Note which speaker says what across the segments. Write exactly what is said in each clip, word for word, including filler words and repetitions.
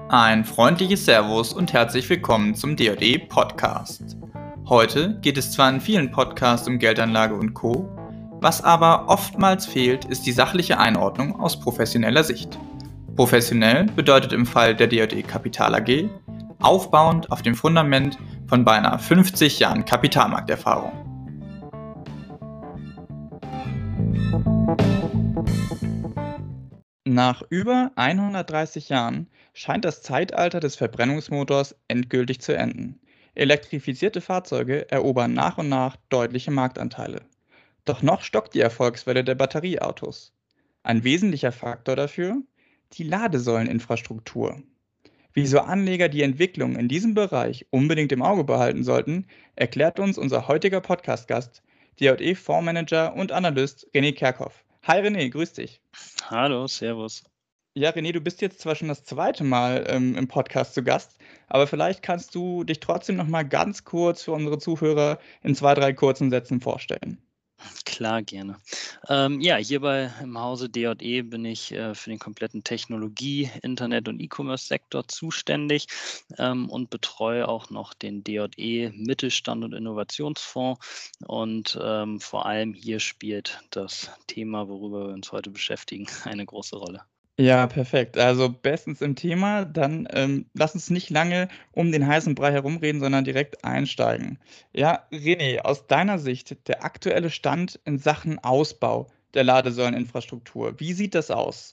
Speaker 1: Ein freundliches Servus und herzlich willkommen zum D J E-Podcast. Heute geht es zwar in vielen Podcasts um Geldanlage und Co., was aber oftmals fehlt, ist die sachliche Einordnung aus professioneller Sicht. Professionell bedeutet im Fall der D J E Kapital A G aufbauend auf dem Fundament von beinahe fünfzig Jahren Kapitalmarkterfahrung. Nach über hundertdreißig Jahren scheint das Zeitalter des Verbrennungsmotors endgültig zu enden. Elektrifizierte Fahrzeuge erobern nach und nach deutliche Marktanteile. Doch noch stockt die Erfolgswelle der Batterieautos. Ein wesentlicher Faktor dafür? Die Ladesäuleninfrastruktur. Wieso Anleger die Entwicklung in diesem Bereich unbedingt im Auge behalten sollten, erklärt uns unser heutiger Podcast-Gast, D J E-Fondsmanager und Analyst René Kerkhoff. Hi René, grüß dich.
Speaker 2: Hallo, servus.
Speaker 1: Ja, René, du bist jetzt zwar schon das zweite Mal ähm, im Podcast zu Gast, aber vielleicht kannst du dich trotzdem noch mal ganz kurz für unsere Zuhörer in zwei, drei kurzen Sätzen vorstellen.
Speaker 2: Klar, gerne. Ähm, ja, hierbei im Hause D J E bin ich äh, für den kompletten Technologie-, Internet- und E-Commerce-Sektor zuständig ähm, und betreue auch noch den D J E Mittelstand- und Innovationsfonds. Und ähm, vor allem hier spielt das Thema, worüber wir uns heute beschäftigen, eine große Rolle.
Speaker 1: Ja, perfekt. Also bestens im Thema. Dann ähm, lass uns nicht lange um den heißen Brei herumreden, sondern direkt einsteigen. Ja, René, aus deiner Sicht der aktuelle Stand in Sachen Ausbau der Ladesäuleninfrastruktur. Wie sieht das aus?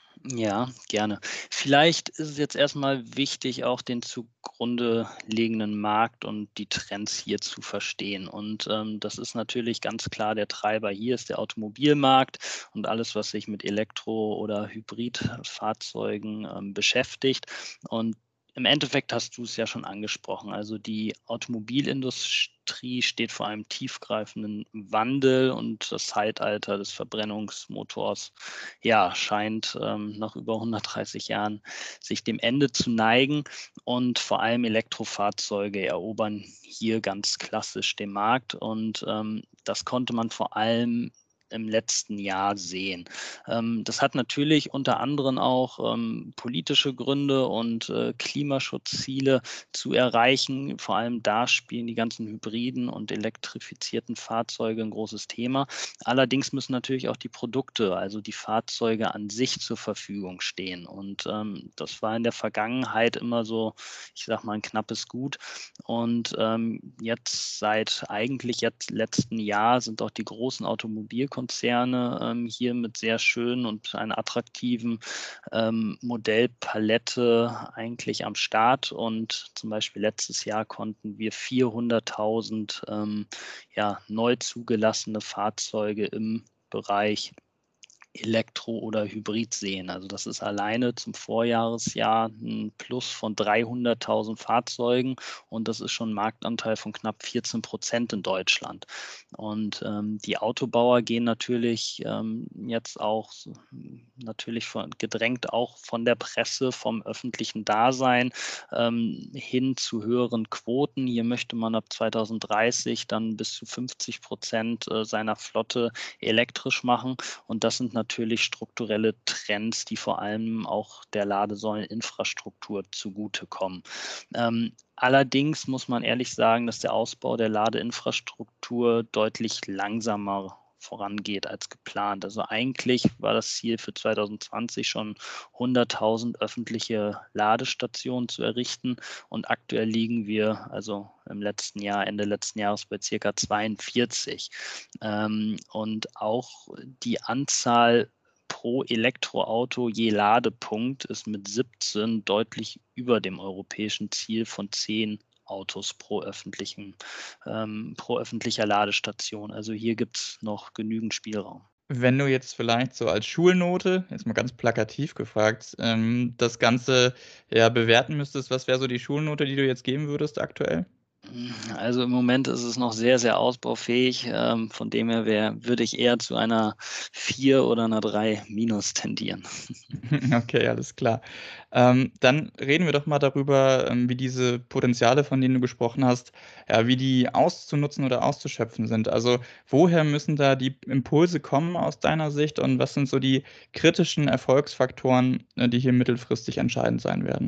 Speaker 2: Ja, gerne. Vielleicht ist es jetzt erstmal wichtig, auch den zugrunde liegenden Markt und die Trends hier zu verstehen. Und ähm, das ist natürlich ganz klar der Treiber hier ist der Automobilmarkt und alles, was sich mit Elektro- oder Hybridfahrzeugen ähm, beschäftigt. Und im Endeffekt hast du es ja schon angesprochen. Also die Automobilindustrie steht vor einem tiefgreifenden Wandel und das Zeitalter des Verbrennungsmotors ja, scheint ähm, nach über hundertdreißig Jahren sich dem Ende zu neigen. Und vor allem Elektrofahrzeuge erobern hier ganz klassisch den Markt. Und ähm, das konnte man vor allem im letzten Jahr sehen. Ähm, das hat natürlich unter anderem auch ähm, politische Gründe und äh, Klimaschutzziele zu erreichen. Vor allem da spielen die ganzen hybriden und elektrifizierten Fahrzeuge ein großes Thema. Allerdings müssen natürlich auch die Produkte, also die Fahrzeuge an sich zur Verfügung stehen. Und ähm, das war in der Vergangenheit immer so, ich sage mal, ein knappes Gut. Und ähm, jetzt seit eigentlich jetzt letzten Jahr sind auch die großen Automobilkonzerne ähm, hier mit sehr schönen und einer attraktiven ähm, Modellpalette eigentlich am Start. Und zum Beispiel letztes Jahr konnten wir vierhunderttausend ähm, ja, neu zugelassene Fahrzeuge im Bereich Elektro- oder Hybrid sehen. Also das ist alleine zum Vorjahresjahr ein Plus von dreihunderttausend Fahrzeugen und das ist schon ein Marktanteil von knapp vierzehn Prozent in Deutschland. Und ähm, die Autobauer gehen natürlich ähm, jetzt auch so, natürlich von, gedrängt auch von der Presse, vom öffentlichen Dasein ähm, hin zu höheren Quoten. Hier möchte man ab zweitausenddreißig dann bis zu fünfzig Prozent äh, seiner Flotte elektrisch machen. Und das sind natürlich strukturelle Trends, die vor allem auch der Ladesäuleninfrastruktur zugutekommen. Ähm, allerdings muss man ehrlich sagen, dass der Ausbau der Ladeinfrastruktur deutlich langsamer vorangeht als geplant. Also eigentlich war das Ziel für zweitausendzwanzig schon hunderttausend öffentliche Ladestationen zu errichten und aktuell liegen wir also im letzten Jahr, Ende letzten Jahres bei circa zweiundvierzig. Ähm, und auch die Anzahl pro Elektroauto je Ladepunkt ist mit siebzehn deutlich über dem europäischen Ziel von zehn Autos pro, öffentlichen, ähm, pro öffentlicher Ladestation. Also hier gibt es noch genügend Spielraum.
Speaker 1: Wenn du jetzt vielleicht so als Schulnote, jetzt mal ganz plakativ gefragt, ähm, das Ganze ja bewerten müsstest, was wäre so die Schulnote, die du jetzt geben würdest aktuell?
Speaker 2: Also im Moment ist es noch sehr, sehr ausbaufähig. Ähm, von dem her wär, würde ich eher zu einer vier oder einer drei minus tendieren.
Speaker 1: Okay, alles klar. Ähm, dann reden wir doch mal darüber, ähm, wie diese Potenziale, von denen du gesprochen hast, ja, wie die auszunutzen oder auszuschöpfen sind. Also, woher müssen da die Impulse kommen aus deiner Sicht und was sind so die kritischen Erfolgsfaktoren, äh, die hier mittelfristig entscheidend sein werden?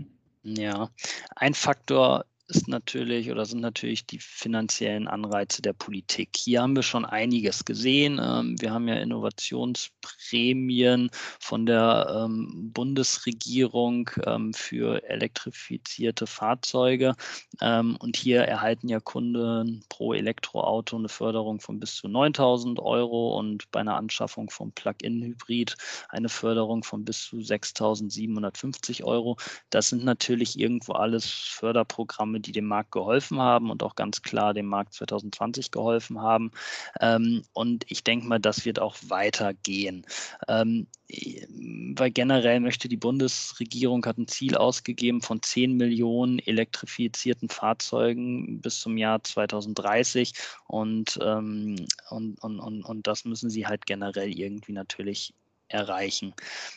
Speaker 2: Ja, ein Faktor ist natürlich oder sind natürlich die finanziellen Anreize der Politik. Hier haben wir schon einiges gesehen. Ähm, wir haben ja Innovationsprämien von der ähm, Bundesregierung ähm, für elektrifizierte Fahrzeuge. Ähm, und hier erhalten ja Kunden pro Elektroauto eine Förderung von bis zu neuntausend Euro und bei einer Anschaffung vom Plug-in-Hybrid eine Förderung von bis zu sechstausendsiebenhundertfünfzig Euro. Das sind natürlich irgendwo alles Förderprogramme, die dem Markt geholfen haben und auch ganz klar dem Markt zwanzig zwanzig geholfen haben. Ähm, und ich denke mal, das wird auch weitergehen. Ähm, weil generell möchte die Bundesregierung, hat ein Ziel ausgegeben von zehn Millionen elektrifizierten Fahrzeugen bis zum Jahr zweitausenddreißig und, ähm, und, und, und, und das müssen sie halt generell irgendwie natürlich erreichen.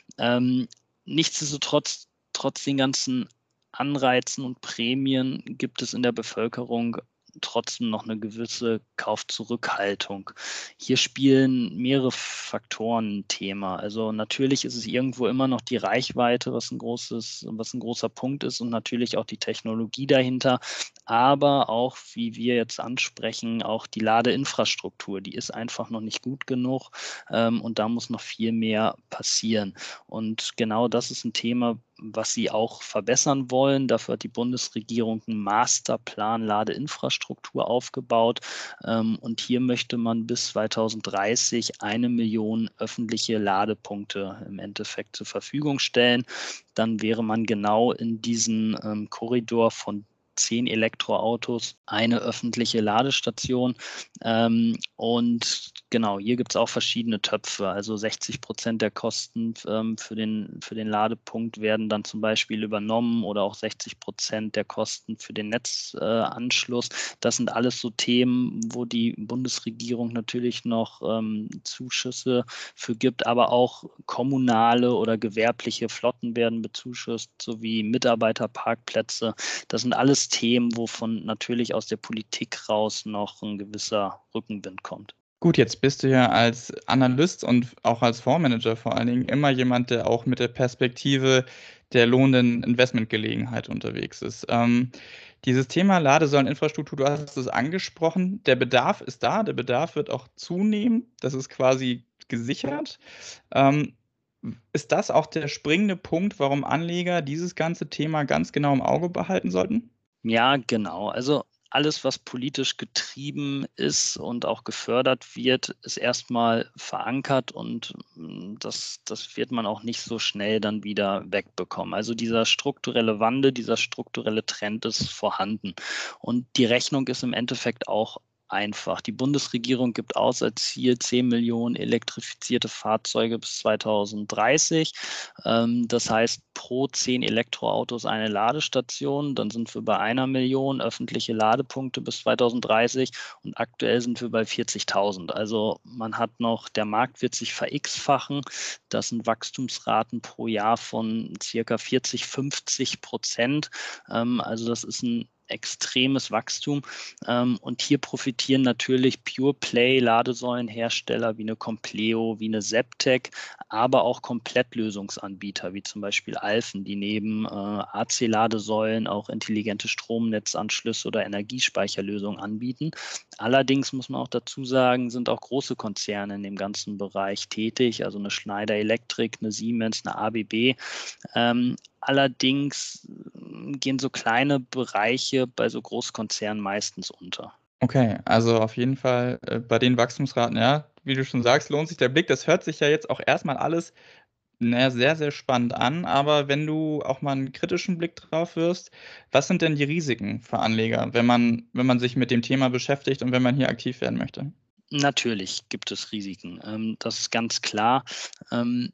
Speaker 2: Ähm, nichtsdestotrotz, trotz den ganzen Anreizen und Prämien gibt es in der Bevölkerung trotzdem noch eine gewisse Kaufzurückhaltung. Hier spielen mehrere Faktoren ein Thema. Also natürlich ist es irgendwo immer noch die Reichweite, was ein großes, was ein großer Punkt ist und natürlich auch die Technologie dahinter, aber auch, wie wir jetzt ansprechen, auch die Ladeinfrastruktur, die ist einfach noch nicht gut genug ähm, und da muss noch viel mehr passieren. Und genau das ist ein Thema, was sie auch verbessern wollen. Dafür hat die Bundesregierung einen Masterplan Ladeinfrastruktur aufgebaut. Ähm, und hier möchte man bis zweitausenddreißig eine Million öffentliche Ladepunkte im Endeffekt zur Verfügung stellen. Dann wäre man genau in diesem ähm, Korridor von zehn Elektroautos, eine öffentliche Ladestation. Ähm, und genau, hier gibt es auch verschiedene Töpfe. Also sechzig Prozent der Kosten ähm, für den, für den Ladepunkt werden dann zum Beispiel übernommen oder auch sechzig Prozent der Kosten für den Netzanschluss. Äh, das sind alles so Themen, wo die Bundesregierung natürlich noch ähm, Zuschüsse für gibt, aber auch kommunale oder gewerbliche Flotten werden bezuschusst, sowie Mitarbeiterparkplätze. Das sind alles Themen, wovon natürlich aus der Politik raus noch ein gewisser Rückenwind kommt.
Speaker 1: Gut, jetzt bist du ja als Analyst und auch als Fondsmanager vor allen Dingen immer jemand, der auch mit der Perspektive der lohnenden Investmentgelegenheit unterwegs ist. Ähm, dieses Thema Ladesäuleninfrastruktur, du hast es angesprochen, der Bedarf ist da, der Bedarf wird auch zunehmen, das ist quasi gesichert. Ähm, ist das auch der springende Punkt, warum Anleger dieses ganze Thema ganz genau im Auge behalten sollten?
Speaker 2: Ja, genau. Also alles, was politisch getrieben ist und auch gefördert wird, ist erstmal verankert und mm, das, das wird man auch nicht so schnell dann wieder wegbekommen. Also dieser strukturelle Wandel, dieser strukturelle Trend ist vorhanden. Und die Rechnung ist im Endeffekt auch einfach. Die Bundesregierung gibt aus als Ziel zehn Millionen elektrifizierte Fahrzeuge bis zweitausenddreißig. Ähm, das heißt, pro zehn Elektroautos eine Ladestation. Dann sind wir bei einer Million öffentliche Ladepunkte bis zweitausenddreißig und aktuell sind wir bei vierzigtausend. Also man hat noch, der Markt wird sich ver-x-fachen. Das sind Wachstumsraten pro Jahr von circa vierzig, fünfzig Prozent. Ähm, also das ist ein extremes Wachstum. Ähm, und hier profitieren natürlich Pure-Play-Ladesäulenhersteller wie eine Compleo, wie eine Septec, aber auch Komplettlösungsanbieter wie zum Beispiel Alfen, die neben äh, A C-Ladesäulen auch intelligente Stromnetzanschlüsse oder Energiespeicherlösungen anbieten. Allerdings muss man auch dazu sagen, sind auch große Konzerne in dem ganzen Bereich tätig, also eine Schneider Electric, eine Siemens, eine A B B. Ähm, allerdings äh, gehen so kleine Bereiche bei so Großkonzernen meistens unter.
Speaker 1: Okay, also auf jeden Fall, äh, bei den Wachstumsraten, ja, wie du schon sagst, lohnt sich der Blick. Das hört sich ja jetzt auch erst mal alles, na ja, sehr, sehr spannend an, aber wenn du auch mal 'n kritischen Blick drauf wirfst, was sind denn die Risiken für Anleger, wenn man wenn man sich mit dem Thema beschäftigt und wenn man hier aktiv werden möchte?
Speaker 2: Natürlich gibt es Risiken. Ähm, das ist ganz klar. Ähm,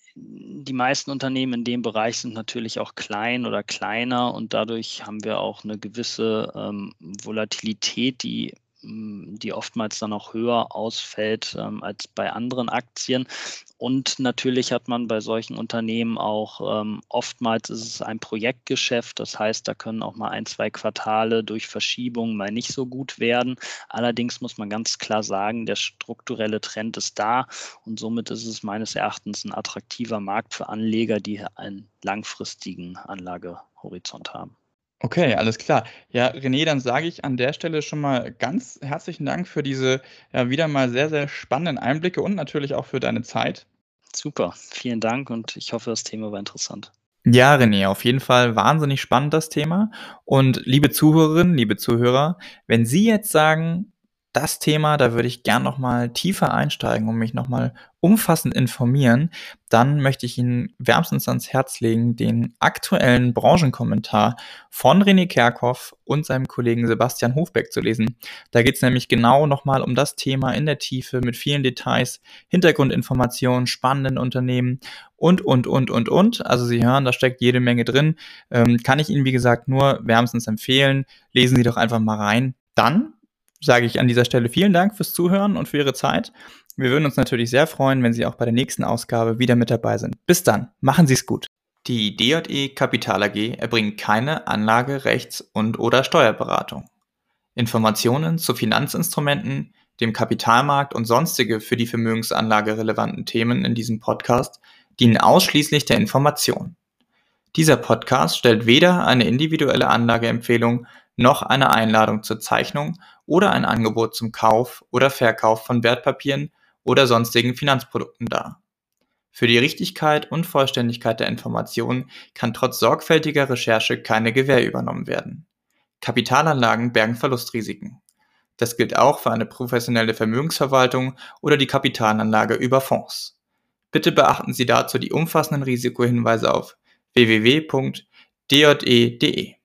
Speaker 2: die meisten Unternehmen in dem Bereich sind natürlich auch klein oder kleiner und dadurch haben wir auch eine gewisse ähm, Volatilität, die hm, die oftmals dann auch höher ausfällt, ähm, als bei anderen Aktien. Und natürlich hat man bei solchen Unternehmen auch ähm, oftmals ist es ein Projektgeschäft. Das heißt, da können auch mal ein, zwei Quartale durch Verschiebungen mal nicht so gut werden. Allerdings muss man ganz klar sagen, der strukturelle Trend ist da und somit ist es meines Erachtens ein attraktiver Markt für Anleger, die einen langfristigen Anlagehorizont haben.
Speaker 1: Okay, alles klar. Ja, René, dann sage ich an der Stelle schon mal ganz herzlichen Dank für diese, ja, wieder mal sehr, sehr spannenden Einblicke und natürlich auch für deine Zeit.
Speaker 2: Super, vielen Dank und ich hoffe, das Thema war interessant.
Speaker 3: Ja, René, auf jeden Fall wahnsinnig spannend das Thema. Und liebe Zuhörerinnen, liebe Zuhörer, wenn Sie jetzt sagen, das Thema, da würde ich gern noch mal tiefer einsteigen und mich noch mal umfassend informieren, dann möchte ich Ihnen wärmstens ans Herz legen, den aktuellen Branchenkommentar von René Kerkhoff und seinem Kollegen Sebastian Hofbeck zu lesen. Da geht es nämlich genau noch mal um das Thema in der Tiefe mit vielen Details, Hintergrundinformationen, spannenden Unternehmen und, und, und, und, und. Also Sie hören, da steckt jede Menge drin. Ähm, kann ich Ihnen, wie gesagt, nur wärmstens empfehlen. Lesen Sie doch einfach mal rein. Dann sage ich an dieser Stelle vielen Dank fürs Zuhören und für Ihre Zeit. Wir würden uns natürlich sehr freuen, wenn Sie auch bei der nächsten Ausgabe wieder mit dabei sind. Bis dann, machen Sie es gut. Die D J E Kapital A G erbringt keine Anlage-, Rechts- und/oder Steuerberatung. Informationen zu Finanzinstrumenten, dem Kapitalmarkt und sonstige für die Vermögensanlage relevanten Themen in diesem Podcast dienen ausschließlich der Information. Dieser Podcast stellt weder eine individuelle Anlageempfehlung noch eine Einladung zur Zeichnung oder ein Angebot zum Kauf oder Verkauf von Wertpapieren oder sonstigen Finanzprodukten dar. Für die Richtigkeit und Vollständigkeit der Informationen kann trotz sorgfältiger Recherche keine Gewähr übernommen werden. Kapitalanlagen bergen Verlustrisiken. Das gilt auch für eine professionelle Vermögensverwaltung oder die Kapitalanlage über Fonds. Bitte beachten Sie dazu die umfassenden Risikohinweise auf w w w punkt d j e punkt d e.